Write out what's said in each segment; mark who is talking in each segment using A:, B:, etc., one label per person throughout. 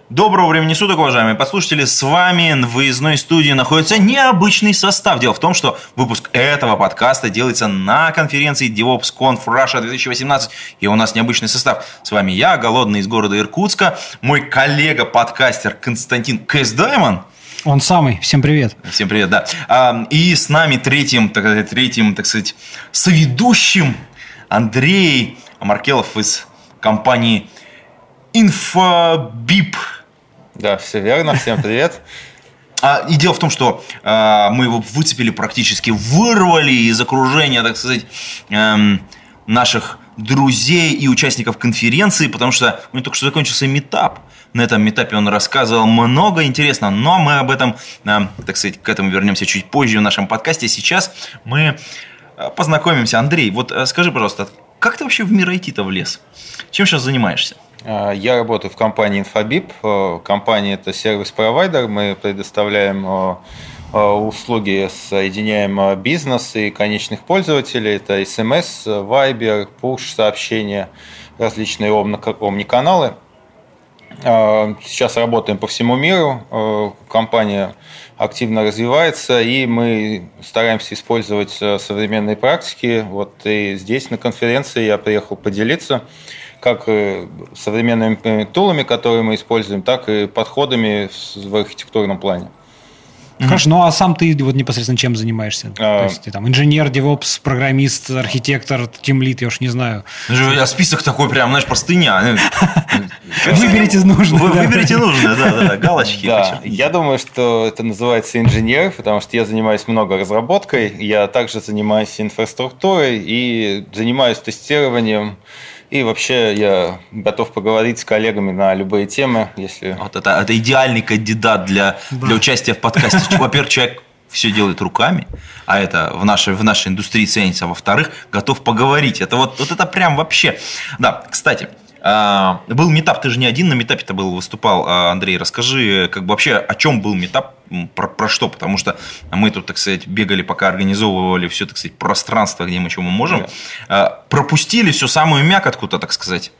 A: Доброго времени суток, уважаемые послушатели. С вами в выездной студии находится необычный состав. Дело в том, что выпуск этого подкаста делается на конференции DevOpsConf Russia 2018. И у нас необычный состав. С вами я, голодный из города Иркутска, мой коллега-подкастер Константин Кэс Даймон.
B: Он самый. Всем привет.
A: Всем привет, да. И с нами третьим, так сказать, соведущим Андрей Маркелов из компании InfoBip.
C: Да, все верно. Всем привет.
A: И дело в том, что мы его выцепили практически, вырвали из окружения, так сказать, наших друзей и участников конференции, потому что у него только что закончился митап. На этом митапе он рассказывал много интересного, но мы об этом, так сказать, к этому вернемся чуть позже в нашем подкасте. Сейчас мы познакомимся. Андрей, вот скажи, пожалуйста, как ты вообще в мир IT-то влез? Чем сейчас занимаешься?
C: Я работаю в компании InfoBip. Компания – это сервис-провайдер. Мы предоставляем услуги, соединяем бизнес и конечных пользователей. Это SMS, Viber, Push сообщения, различные омниканалы. Сейчас работаем по всему миру. Компания активно развивается, и мы стараемся использовать современные практики. Вот и здесь на конференции я приехал поделиться как современными тулами, которые мы используем, так и подходами в архитектурном плане.
B: Хорошо, ну а сам ты вот непосредственно чем занимаешься? То есть ты там инженер, DevOps, программист, архитектор, тимлид, я уж не знаю.
A: А список такой прям, знаешь, простыня.
B: Выберите нужное.
A: Выберите нужное, да, галочки.
C: Да, я думаю, что это называется инженер, потому что я занимаюсь много разработкой, я также занимаюсь инфраструктурой и занимаюсь тестированием. И вообще я готов поговорить с коллегами на любые темы, если...
A: Вот это идеальный кандидат для участия в подкасте. Во-первых, человек все делает руками, а это в нашей индустрии ценится. Во-вторых, готов поговорить. Это вот это прям вообще... Да, кстати, был митап, ты же не один на митапе-то выступал, Андрей, расскажи, как бы вообще, о чем был митап, про что, потому что мы тут, так сказать, бегали, пока организовывали все, так сказать, пространство, где мы можем, пропустили всю самую мякотку-то, так сказать.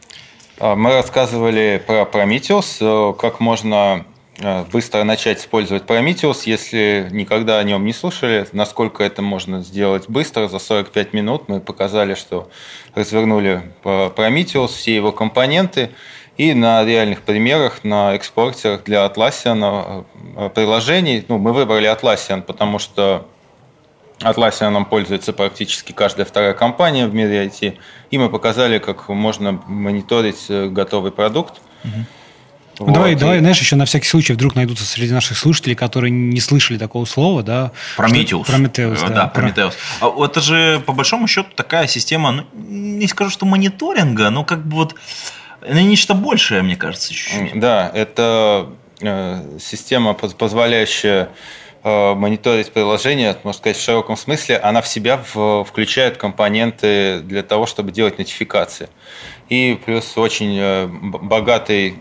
C: Мы рассказывали про Prometheus, как можно быстро начать использовать Prometheus, если никогда о нем не слушали, насколько это можно сделать быстро, за 45 минут. Мы показали, что развернули Prometheus, все его компоненты, и на реальных примерах, на экспортерах для Atlassian приложений. Мы выбрали Atlassian, потому что Atlassian пользуется практически каждая вторая компания в мире IT, и мы показали, как можно мониторить готовый продукт.
B: Вот. Давай, знаешь, еще на всякий случай вдруг найдутся среди наших слушателей, которые не слышали такого слова, да?
A: Prometheus.
B: Да,
A: Prometheus. Это же, по большому счету, такая система, не скажу, что мониторинга, но как бы вот нечто большее, мне кажется, чуть-чуть.
C: Да, это система, позволяющая мониторить приложение, можно сказать, в широком смысле, она в себя включает компоненты для того, чтобы делать нотификации. И плюс очень богатый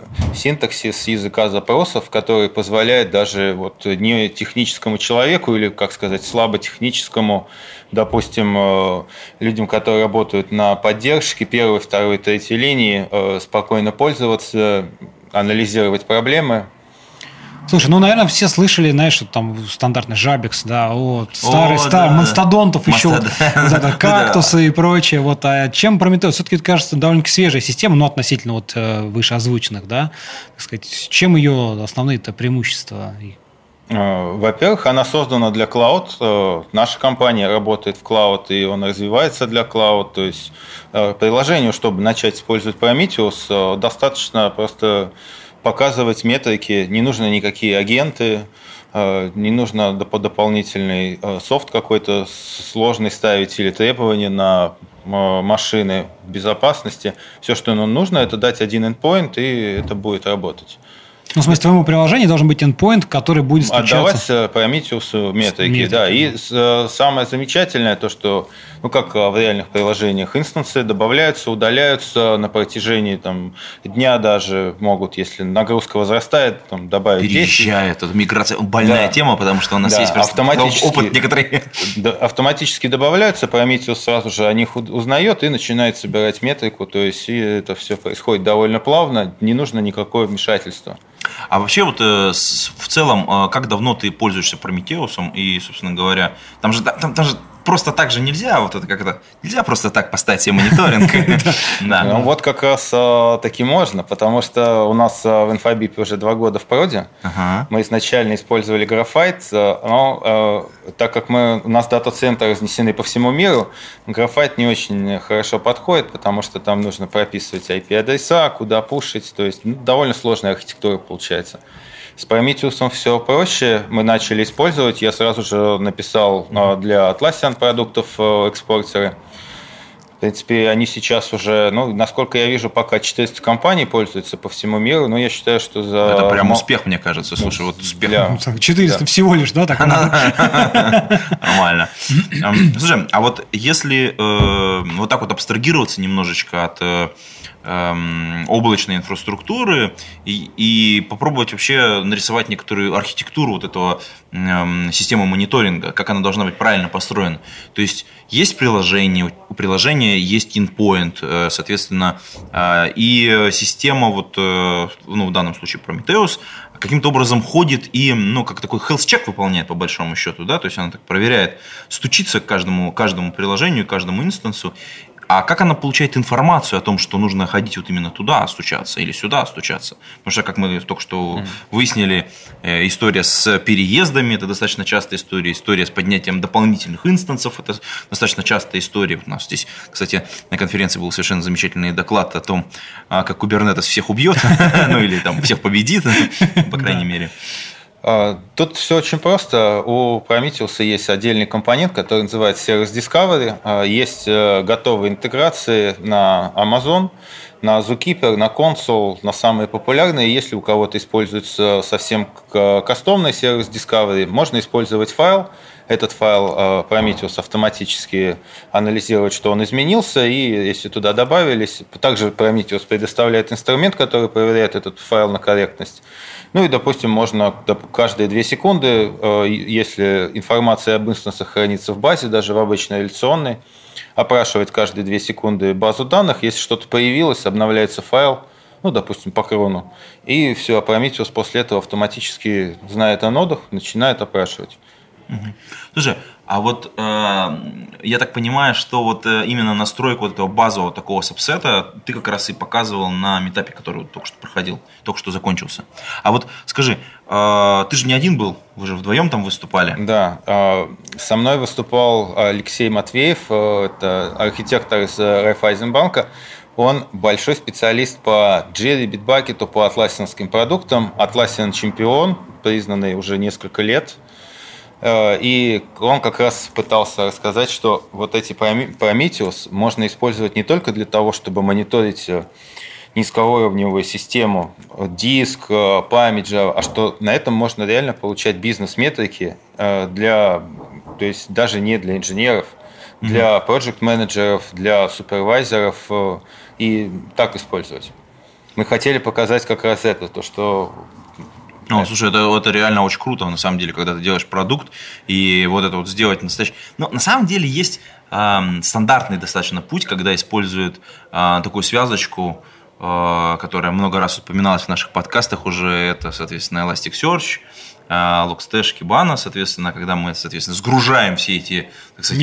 C: синтаксис языка запросов, который позволяет даже не техническому человеку или, как сказать, слаботехническому, допустим, людям, которые работают на поддержке первой, второй, третьей линии, спокойно пользоваться, анализировать проблемы.
B: Слушай, наверное, все слышали, знаешь, что там стандартный Жабекс, да, старый, мастодонтов еще, кактусы и прочее. А чем Prometheus? Все-таки, это, кажется, довольно-таки свежая система, но относительно вышеозвученных, да, так сказать. Чем ее основные-то преимущества?
C: Во-первых, она создана для клауд. Наша компания работает в клауд, и он развивается для клауд. То есть приложению, чтобы начать использовать Prometheus, достаточно просто показывать метрики, не нужны никакие агенты, не нужно дополнительный софт какой-то сложный ставить или требования на машины безопасности. Все, что нам нужно, это дать один endpoint, и это будет работать.
B: Ну, в смысле, твоему приложению должен быть endpoint, который будет
C: стучаться. Отдавать Prometheus метрики, да. И самое замечательное то, что, как в реальных приложениях, инстансы добавляются, удаляются на протяжении дня даже могут, если нагрузка возрастает, добавить 10.
A: Переезжает. Это миграция больная тема, потому что у нас есть просто опыт некоторые.
C: Автоматически добавляются, Prometheus сразу же о них узнает и начинает собирать метрику. То есть, и это все происходит довольно плавно, не нужно никакого вмешательства.
A: А вообще в целом, как давно ты пользуешься Прометеусом и, собственно говоря, там же просто так же нельзя, нельзя просто так поставить себе мониторинг.
C: Ну вот как раз таки можно, потому что у нас в Infobip уже 2 года в проде. Мы изначально использовали Graphite, но так как у нас дата-центры разнесены по всему миру, Graphite не очень хорошо подходит, потому что там нужно прописывать IP-адреса, куда пушить, то есть довольно сложная архитектура получается. С Prometheus все проще. Мы начали использовать. Я сразу же написал для Atlassian продуктов экспортеры. В принципе, они сейчас уже, насколько я вижу, пока 400 компаний пользуются по всему миру. Но я считаю, что за...
A: Это прям успех, мне кажется. Слушай, вот успех.
B: 400 всего лишь, да?
A: Нормально. Слушай, а вот если вот так вот абстрагироваться немножечко от облачной инфраструктуры и попробовать вообще нарисовать некоторую архитектуру вот этого системы мониторинга, как она должна быть правильно построена. То есть приложение, у приложения есть endpoint, соответственно, и система, в данном случае Prometheus, каким-то образом ходит и, как такой health check выполняет по большому счету, да, то есть она так проверяет, стучится к каждому приложению, каждому инстансу. А как она получает информацию о том, что нужно ходить вот именно туда стучаться или сюда стучаться? Потому что, как мы только что выяснили, история с переездами – это достаточно частая история с поднятием дополнительных инстансов – это достаточно частая история. У нас здесь, кстати, на конференции был совершенно замечательный доклад о том, как Kubernetes всех убьет, или всех победит, по крайней мере.
C: Тут все очень просто. У Prometheus есть отдельный компонент, который называется Service Discovery. Есть готовые интеграции на Amazon, на Zookeeper, на Console, на самые популярные. Если у кого-то используется совсем кастомный Service Discovery, можно использовать файл. Этот файл Prometheus автоматически анализирует, что он изменился, и если туда добавились, также Prometheus предоставляет инструмент, который проверяет этот файл на корректность. И, допустим, можно каждые 2 секунды, если информация об инстансах хранится в базе, даже в обычной реляционной, опрашивать каждые 2 секунды базу данных. Если что-то появилось, обновляется файл, допустим, по крону, и все, Prometheus после этого автоматически знает о нодах, начинает опрашивать.
A: Слушай, а я так понимаю, что именно настройку этого базового такого сабсета ты как раз и показывал на митапе, который только что проходил, только что закончился. А скажи, ты же не один был, вы же вдвоем там выступали?
C: Да, со мной выступал Алексей Матвеев, это архитектор из Райффайзенбанка. Он большой специалист по Jerry, Bitbucket, по атласианским продуктам, Atlassian чемпион, признанный уже несколько лет. И он как раз пытался рассказать, что эти Prometheus можно использовать не только для того, чтобы мониторить низкоуровневую систему, диск, память, а что на этом можно реально получать бизнес-метрики то есть даже не для инженеров, для проект-менеджеров, для супервайзеров, и так использовать. Мы хотели показать как раз это, то, что...
A: Слушай, это реально очень круто, на самом деле, когда ты делаешь продукт, и это сделать настоящий... на самом деле есть стандартный достаточно путь, когда используют такую связочку, которая много раз упоминалась в наших подкастах уже, это, соответственно, Elasticsearch, Logstash, Kibana, соответственно, когда мы, соответственно, сгружаем все эти, так сказать,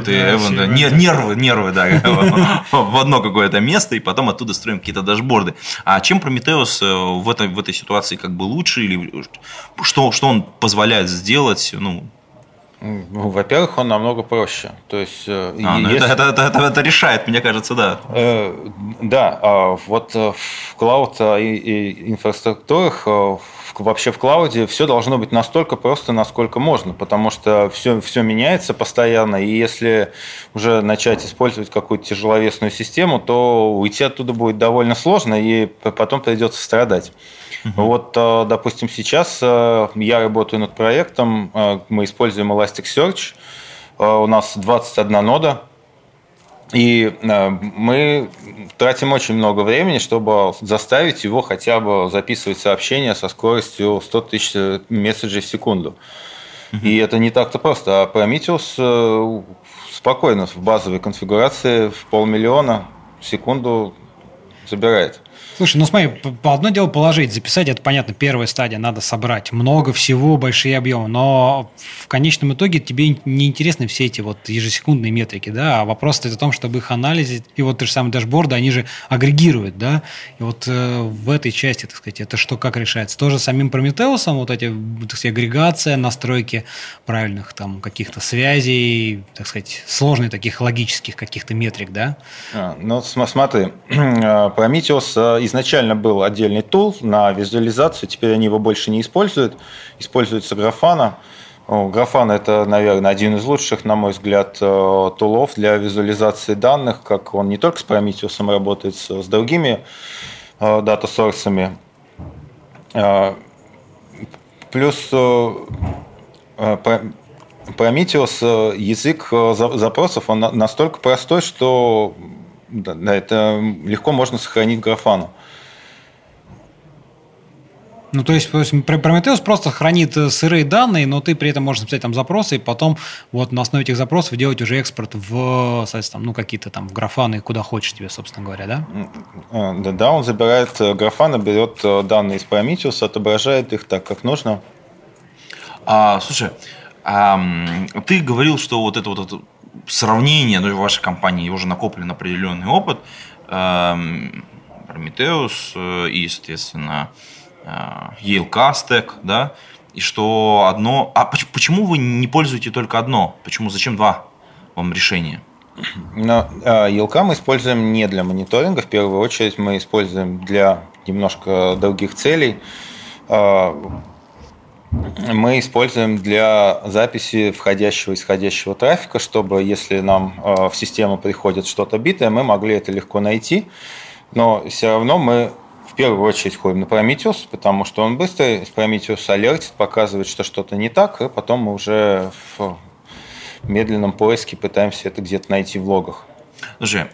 A: нервы, да, в одно какое-то место, и потом оттуда строим какие-то дашборды. А чем Prometheus в этой ситуации лучше, или что он позволяет сделать,
C: Во-первых, он намного проще. То есть,
A: это решает, мне кажется, да.
C: Да, вот в клауд и инфраструктурах, вообще в клауде все должно быть настолько просто, насколько можно, потому что все меняется постоянно, и если уже начать использовать какую-то тяжеловесную систему, то уйти оттуда будет довольно сложно, и потом придется страдать. Вот, допустим, сейчас я работаю над проектом, мы используем Elasticsearch, у нас 21 нода, и мы тратим очень много времени, чтобы заставить его хотя бы записывать сообщения со скоростью 100 тысяч месседжей в секунду. И это не так-то просто. А Prometheus спокойно в базовой конфигурации в 500 000 в секунду забирает.
B: Слушай, ну смотри, одно дело положить, записать, это понятно, первая стадия, надо собрать много всего, большие объемы, но в конечном итоге тебе не интересны все эти вот ежесекундные метрики, да, а вопрос стоит о том, чтобы их анализить, и вот те же самые дашборды, они же агрегируют, да, и вот в этой части, так сказать, это что, как решается? Тоже самим Prometheus, вот эти, так сказать, агрегация, настройки правильных там каких-то связей, так сказать, сложных таких логических каких-то метрик, да?
C: Ну, смотри, Prometheus изначально был отдельный тул на визуализацию, теперь они его больше не используют, используется Grafana. Grafana – это, наверное, один из лучших, на мой взгляд, тулов для визуализации данных, как он не только с Prometheus работает, с другими дата-сорсами. Плюс Prometheus, язык запросов, он настолько простой, что это легко можно сохранить в Grafana.
B: Ну, то есть Prometheus просто хранит сырые данные, но ты при этом можешь записать там запросы, и потом вот на основе этих запросов делать уже экспорт в, соответственно, ну, какие-то там в Grafana, куда хочешь тебе, собственно говоря, да?
C: Да, он забирает Grafana, берет данные из Prometheus, отображает их так, как нужно.
A: Слушай, ты говорил, что вот это сравнение, в вашей компании уже накоплен определенный опыт, Prometheus и, соответственно, ELK стек, да, и что одно... почему вы не пользуете только одно? Зачем два вам решения?
C: ELK мы используем не для мониторинга, в первую очередь мы используем для немножко других целей. Мы используем для записи входящего и исходящего трафика, чтобы, если нам в систему приходит что-то битое, мы могли это легко найти. Но все равно мы в первую очередь ходим на Prometheus, потому что он быстрый, Prometheus алертит, показывает, что что-то не так, и потом мы уже в медленном поиске пытаемся это где-то найти в логах.
A: Слушай,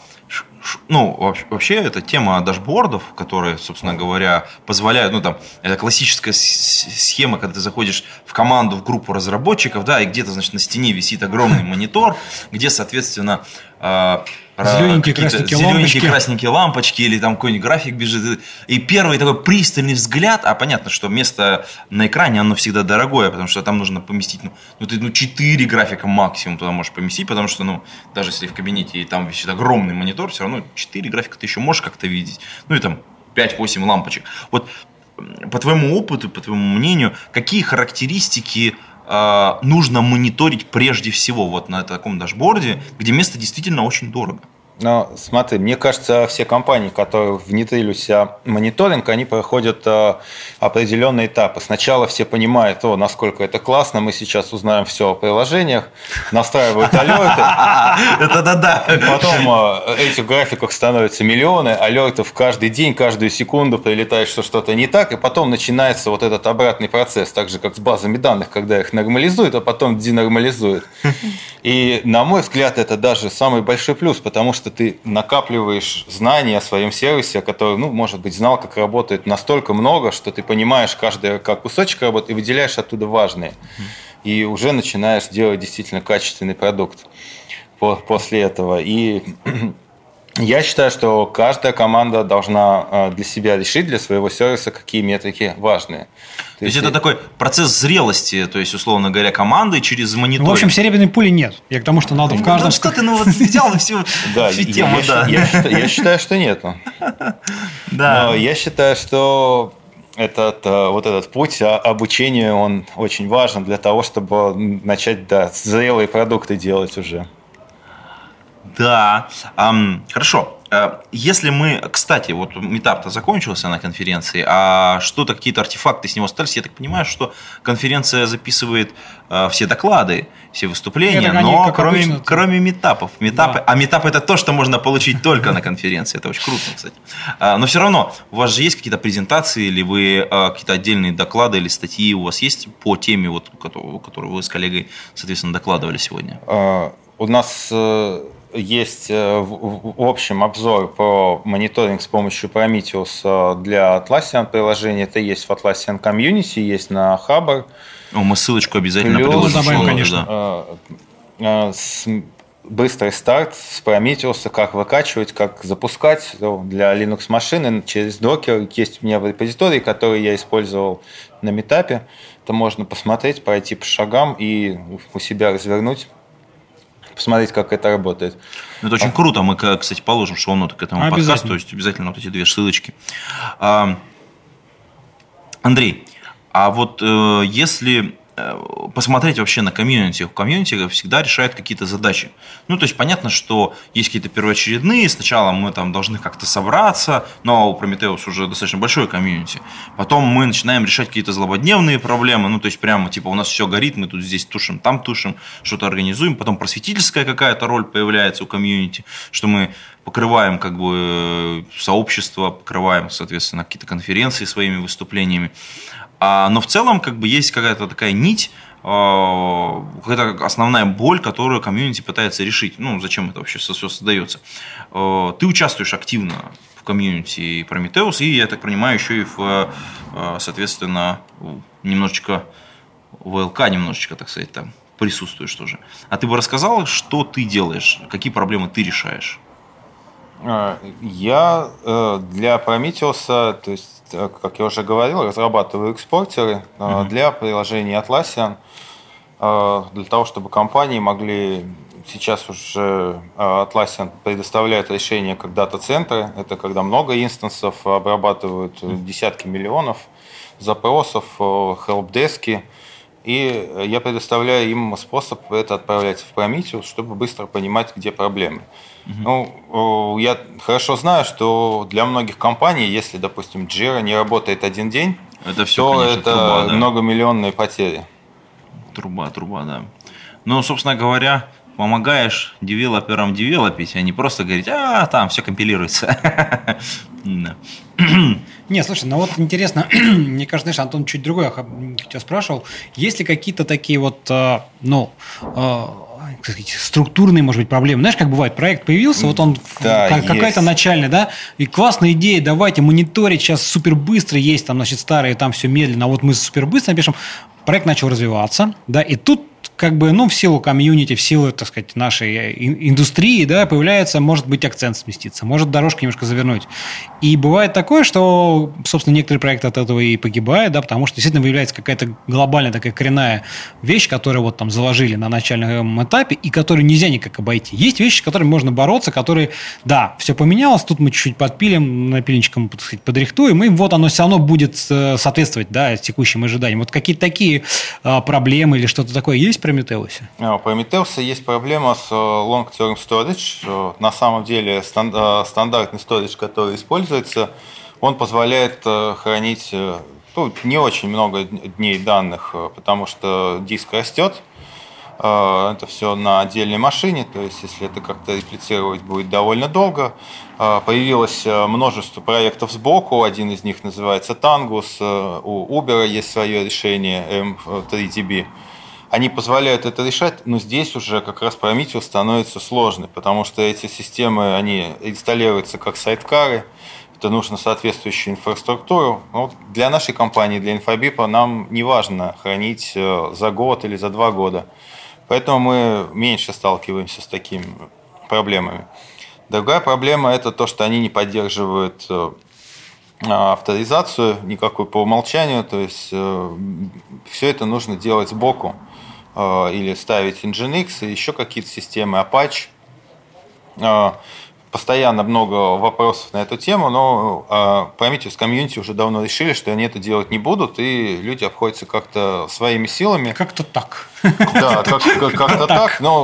A: вообще эта тема дашбордов, которые, собственно говоря, позволяют, это классическая схема, когда ты заходишь в команду, в группу разработчиков, да, и где-то, значит, на стене висит огромный монитор, где, соответственно,
B: зелененькие,
A: красненькие лампочки или там какой-нибудь график бежит. И первый такой пристальный взгляд, понятно, что место на экране, оно всегда дорогое, потому что там нужно поместить, 4 графика максимум туда можешь поместить, потому что, даже если в кабинете и там висит огромный монитор, все равно 4 графика ты еще можешь как-то видеть. И там 5-8 лампочек. Вот по твоему опыту, по твоему мнению, какие характеристики нужно мониторить прежде всего вот на таком дашборде, где место действительно очень дорого?
C: Смотри, мне кажется, все компании, которые внедрили у себя мониторинг, они проходят определенные этапы. Сначала все понимают, насколько это классно, мы сейчас узнаем все о приложениях, настраивают алерты.
A: Это.
C: Потом этих графиков становятся миллионы, алертов каждый день, каждую секунду прилетает, что что-то не так, и потом начинается вот этот обратный процесс, так же, как с базами данных, когда их нормализуют, а потом денормализуют. И, на мой взгляд, это даже самый большой плюс, потому что ты накапливаешь знания о своем сервисе, который, может быть, знал, как работает настолько много, что ты понимаешь каждый как кусочек работы и выделяешь оттуда важные. И уже начинаешь делать действительно качественный продукт после этого. И я считаю, что каждая команда должна для себя решить, для своего сервиса, какие метрики важные.
A: То есть это такой процесс зрелости, то есть, условно говоря, команды через мониторинг.
B: В общем, серебряной пули нет. Я к тому, что надо в каждом...
A: Что ты взял всю тему, да.
C: Я считаю, что нет.
A: Да.
C: Я считаю, что этот путь обучения, он очень важен для того, чтобы начать, зрелые продукты делать уже.
A: Да, хорошо. Если мы, кстати, вот митап-то закончился на конференции, а что-то, какие-то артефакты с него остались, я так понимаю, что конференция записывает все доклады, все выступления, но кроме митапов. Да. А митап – это то, что можно получить только на конференции. Это очень круто, кстати. Но все равно, у вас же есть какие-то презентации, или вы какие-то отдельные доклады или статьи у вас есть по теме, вот, которую вы с коллегой, соответственно, докладывали сегодня?
C: У нас есть в общем обзор по мониторинг с помощью Prometheus для Atlassian приложения. Это есть в Atlassian Community, есть на Хабр.
A: Мы ссылочку обязательно приложим.
B: Добавим, конечно.
C: Быстрый старт с Prometheus, как выкачивать, как запускать для Linux машины через докер. Есть у меня в репозитории, который я использовал на митапе. Это можно посмотреть, пройти по шагам и у себя развернуть. Посмотреть, как это работает.
A: Это очень круто. Мы, кстати, положим шоу-ноты к этому подкасту. То есть обязательно вот эти 2 ссылочки. Андрей, а вот если посмотреть вообще на комьюнити, в комьюнити всегда решают какие-то задачи. Ну, то есть понятно, что есть какие-то первоочередные, сначала мы там должны как-то собраться, но у Prometheus уже достаточно большой комьюнити. Потом мы начинаем решать какие-то злободневные проблемы, ну, то есть прямо типа у нас все горит, мы тут здесь тушим, там тушим, что-то организуем. Потом просветительская какая-то роль появляется у комьюнити, что мы покрываем как бы сообщество, покрываем, соответственно, какие-то конференции своими выступлениями. Но в целом как бы есть какая-то такая нить, какая-то основная боль, которую комьюнити пытается решить. Ну, зачем это вообще все создается? Ты участвуешь активно в комьюнити Prometheus, и, я так понимаю, еще и соответственно, немножечко ВЛК, немножечко, так сказать, там присутствуешь тоже. А ты бы рассказал, что ты делаешь, какие проблемы ты решаешь?
C: Я для Prometheus, то есть, как я уже говорил, разрабатываю экспортеры для приложений Atlassian, для того, чтобы компании могли... Сейчас уже Atlassian предоставляет решения как дата-центры. Это когда много инстансов обрабатывают десятки миллионов запросов, хелпдески. И я предоставляю им способ это отправлять в Prometheus, чтобы быстро понимать, где проблемы. Ну, я хорошо знаю, что для многих компаний, если, допустим, Jira не работает один день,
A: это все,
C: то
A: конечно,
C: это
A: труба, да.
C: многомиллионные потери.
A: Труба, да. Ну, собственно говоря, помогаешь девелоперам девелопить, а не просто говорить, там все компилируется.
B: Не, слушай, ну вот интересно, мне кажется, знаешь, Антон чуть другое тебя спрашивал, есть ли какие-то такие вот, как сказать, структурные, может быть, проблемы. Знаешь, как бывает, проект появился, вот он какая-то начальная, да, и классная идея, давайте мониторить, сейчас супер быстро, есть там, значит, старые, там все медленно, а вот мы супер быстро напишем, проект начал развиваться, да, и тут как бы, в силу комьюнити, в силу, так сказать, нашей индустрии, да, появляется, может быть, акцент сместиться, может дорожку немножко завернуть. И бывает такое, что, собственно, некоторые проекты от этого и погибают, да, потому что действительно выявляется какая-то глобальная такая коренная вещь, которую вот там заложили на начальном этапе и которую нельзя никак обойти. Есть вещи, с которыми можно бороться, которые, да, все поменялось, тут мы чуть-чуть подпилим, напильничком, так сказать, подрихтуем, и вот оно все равно будет соответствовать, да, текущим ожиданиям. Вот какие-то такие проблемы или что-то такое есть в Prometheus?
C: У Prometheus есть проблема с long-term storage. На самом деле стандартный storage, который используется, он позволяет хранить не очень много дней данных, потому что диск растет. Это все на отдельной машине, то есть если это как-то реплицировать будет довольно долго. Появилось множество проектов сбоку, один из них называется Tangus, у Uber есть свое решение M3DB. Они позволяют это решать, но здесь уже как раз Prometheus становится сложной, потому что эти системы, они инсталируются как сайдкары, это нужно соответствующую инфраструктуру. Вот для нашей компании, для Infobip, нам не важно хранить за год или за 2 года, поэтому мы меньше сталкиваемся с такими проблемами. Другая проблема – это то, что они не поддерживают авторизацию никакую по умолчанию, то есть все это нужно делать сбоку. Или ставить Nginx и еще какие-то системы Apache. постоянно много вопросов на эту тему, но Prometheus комьюнити уже давно решили, что они это делать не будут, и люди обходятся как-то своими силами.
B: Как-то так.
C: Да, как-то так, но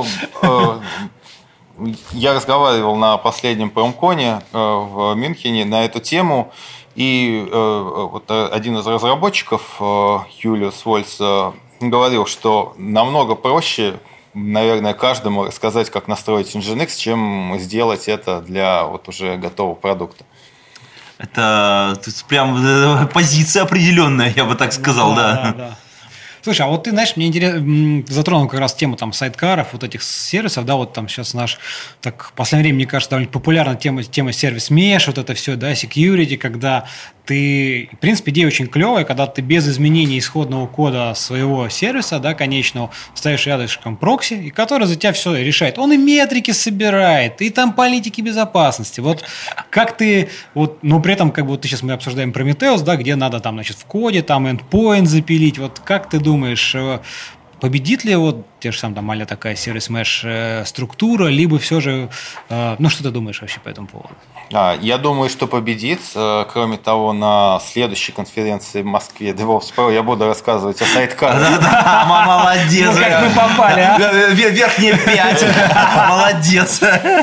C: я разговаривал на последнем промконе в Мюнхене на эту тему, и вот один из разработчиков, Юлиус Вольц, говорил, что намного проще, наверное, каждому рассказать, как настроить Nginx, чем сделать это для вот уже готового продукта.
A: Это тут прям позиция определенная, я бы так сказал, да.
B: Слушай, а вот ты, знаешь, мне интересно, затронул как раз тему там сайдкаров, вот этих сервисов, да, вот там сейчас наш, так, в последнее время, мне кажется, довольно популярна тема сервис mesh, вот это все, да, security, когда ты, в принципе, идея очень клевая, когда ты без изменения исходного кода своего сервиса, да, конечного, ставишь рядышком прокси, и который за тебя все решает. Он и метрики собирает, и там политики безопасности. Вот как ты, вот, но при этом, как бы вот сейчас мы обсуждаем Prometheus, да, где надо там, значит, в коде там endpoint запилить. Вот как ты думаешь, победит ли вот те же самые там а-ля такая сервис-меш структура, либо все же, ну что ты думаешь вообще по этому поводу?
C: Я думаю, что победит. Кроме того, на следующей конференции в Москве DevOps Pro я буду рассказывать о сайдкарах.
A: Да, молодец.
B: Ну, как мы попали, а?
A: Верхние 5. Молодец.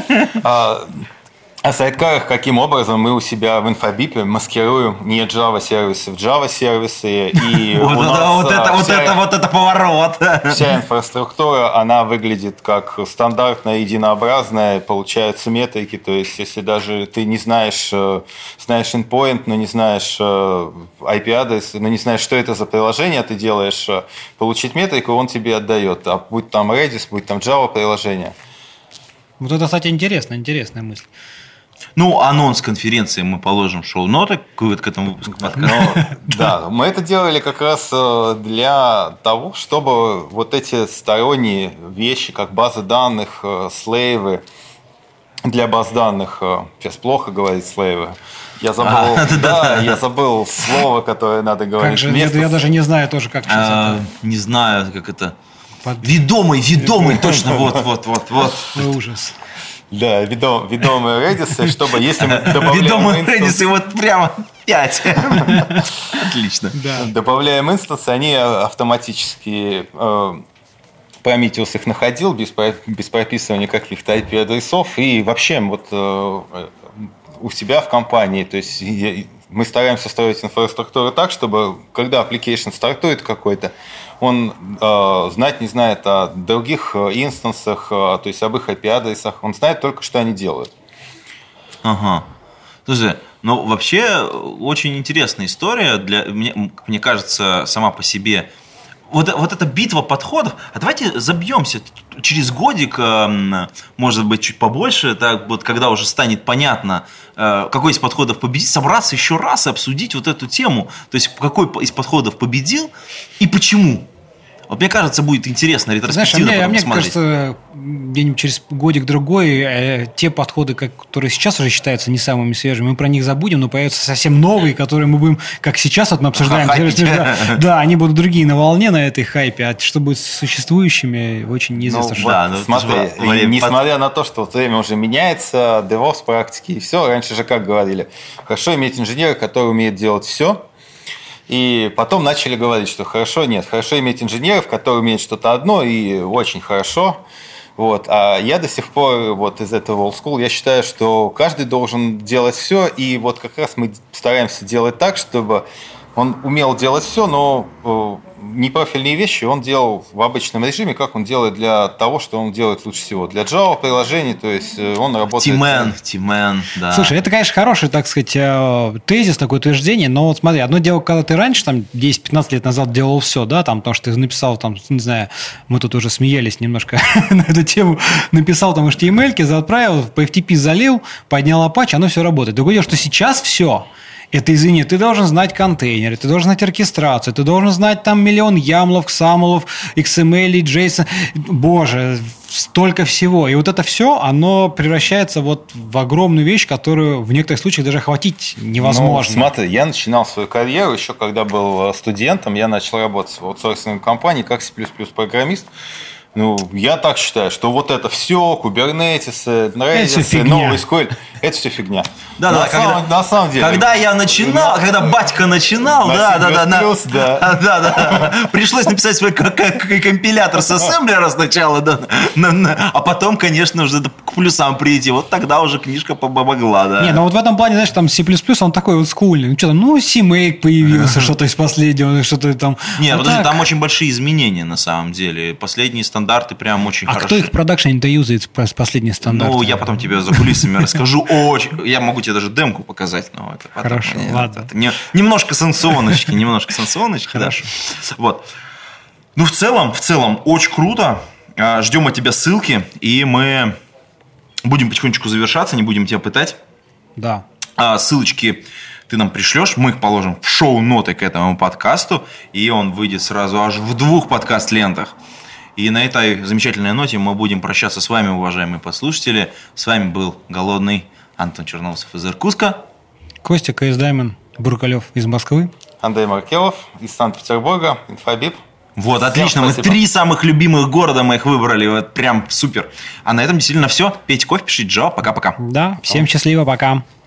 C: О сайдкарах, каким образом мы у себя в инфобипе маскируем не Java-сервисы в Java-сервисы. И
A: вот это поворот.
C: Вся инфраструктура, она выглядит как стандартная, единообразная, получаются метрики. То есть, если даже ты не знаешь endpoint, но не знаешь IP-адрес, но не знаешь, что это за приложение, ты делаешь получить метрику, он тебе отдает. А будь там Redis, будь там Java-приложение.
B: Вот это, кстати, интересная мысль.
A: Ну, анонс конференции мы положим в шоу-ноты к этому выпуску подкаста.
C: Да, мы это делали как раз для того, чтобы вот эти сторонние вещи, как базы данных, слейвы, для баз данных, сейчас плохо говорить слейвы, я забыл слово, которое надо говорить.
B: Я даже не знаю тоже, как сейчас это.
A: Не знаю, как это. Ведомый, точно, вот.
B: Ужас.
C: Да, ведомые Redis, чтобы если мы добавляем
A: ведомые Redis, вот прямо 5. Отлично.
C: Да. Добавляем инстансы, они автоматически Prometheus их находил без прописывания каких-то IP-адресов и вообще вот у себя в компании. То есть мы стараемся строить инфраструктуру так, чтобы когда application стартует какой-то, он знать не знает о других инстансах, то есть об их IP-адресах. Он знает только, что они делают.
A: Ага. Слушай, ну вообще очень интересная история. Мне кажется, сама по себе. Вот эта битва подходов. А давайте забьемся через годик, может быть, чуть побольше, так вот, когда уже станет понятно, какой из подходов победит, собраться еще раз и обсудить вот эту тему. То есть, какой из подходов победил и почему. Вот мне кажется, будет интересно ретроспективно
B: посмотреть. Мне
A: посмотреть.
B: кажется, где-нибудь через годик-другой те подходы, которые сейчас уже считаются не самыми свежими, мы про них забудем, но появятся совсем новые, которые мы будем, как сейчас вот мы обсуждаем, да, они будут другие на волне, на этой хайпе, а что будет с существующими, очень неизвестно.
C: Смотри, несмотря на то, что время уже меняется, DevOps практики и все, раньше же как говорили, хорошо иметь инженера, который умеет делать все. И потом начали говорить, что хорошо иметь инженеров, которые умеют что-то одно, и очень хорошо. Вот. А я до сих пор вот из этого old school, я считаю, что каждый должен делать все, и вот как раз мы стараемся делать так, чтобы он умел делать все, но непрофильные вещи он делал в обычном режиме, как он делает для того, что он делает лучше всего. Для Java приложений, то есть он работает...
A: T-Man, да.
B: Слушай, это, конечно, хороший, так сказать, тезис, такое утверждение, но вот смотри, одно дело, когда ты раньше, там, 10-15 лет назад делал все, да, там, потому что ты написал, там, не знаю, мы тут уже смеялись немножко на эту тему, написал там HTML-ки, отправил, по FTP залил, поднял Apache, оно все работает. Другое дело, что сейчас все... Это, извини, ты должен знать контейнеры, ты должен знать оркестрацию, ты должен знать там миллион ямлов, XAML, XML, JSON. Боже, столько всего. И вот это все, оно превращается вот в огромную вещь, которую в некоторых случаях даже охватить невозможно.
C: Ну, смотри, я начинал свою карьеру еще когда был студентом, я начал работать в аутсорсинговой компании как C++ программист. Ну, я так считаю, что вот это все, Kubernetes, Redis, новый SQL, это все фигня.
A: Да,
C: на самом деле.
A: Когда я начинал, когда батька начинал, пришлось написать свой компилятор с ассемблера сначала, а потом, конечно, уже к плюсам прийти. Вот тогда уже книжка помогла, да.
B: Не, ну вот в этом плане, знаешь, там C++, он такой вот скульный. Ну, что там, CMake появился, что-то из последнего, что-то там.
A: Нет, подожди, там очень большие изменения на самом деле. Последние стандарты прям очень хорошие.
B: А кто их в продакшене-то юзает, последние стандарты?
A: Ну, я потом тебе за кулисами расскажу. Я могу тебе даже демку показать. Но это
B: хорошо, ладно.
A: Немножко санкционочки, да. Вот. Ну, в целом, очень круто. Ждем от тебя ссылки, и мы будем потихонечку завершаться, не будем тебя пытать.
B: Да.
A: Ссылочки ты нам пришлешь, мы их положим в шоу-ноты к этому подкасту, и он выйдет сразу аж в 2 подкаст-лентах. И на этой замечательной ноте мы будем прощаться с вами, уважаемые послушатели. С вами был голодный Антон Черноусов из Иркутска.
B: Костя КС Даймон Буркалев из Москвы.
C: Андрей Маркелов из Санкт-Петербурга, Инфобип.
A: Вот, отлично. Мы 3 самых любимых города мы их выбрали. Вот прям супер. А на этом действительно все. Пейте кофе, пишите Джо. Пока-пока.
B: Да, всем счастливо, пока.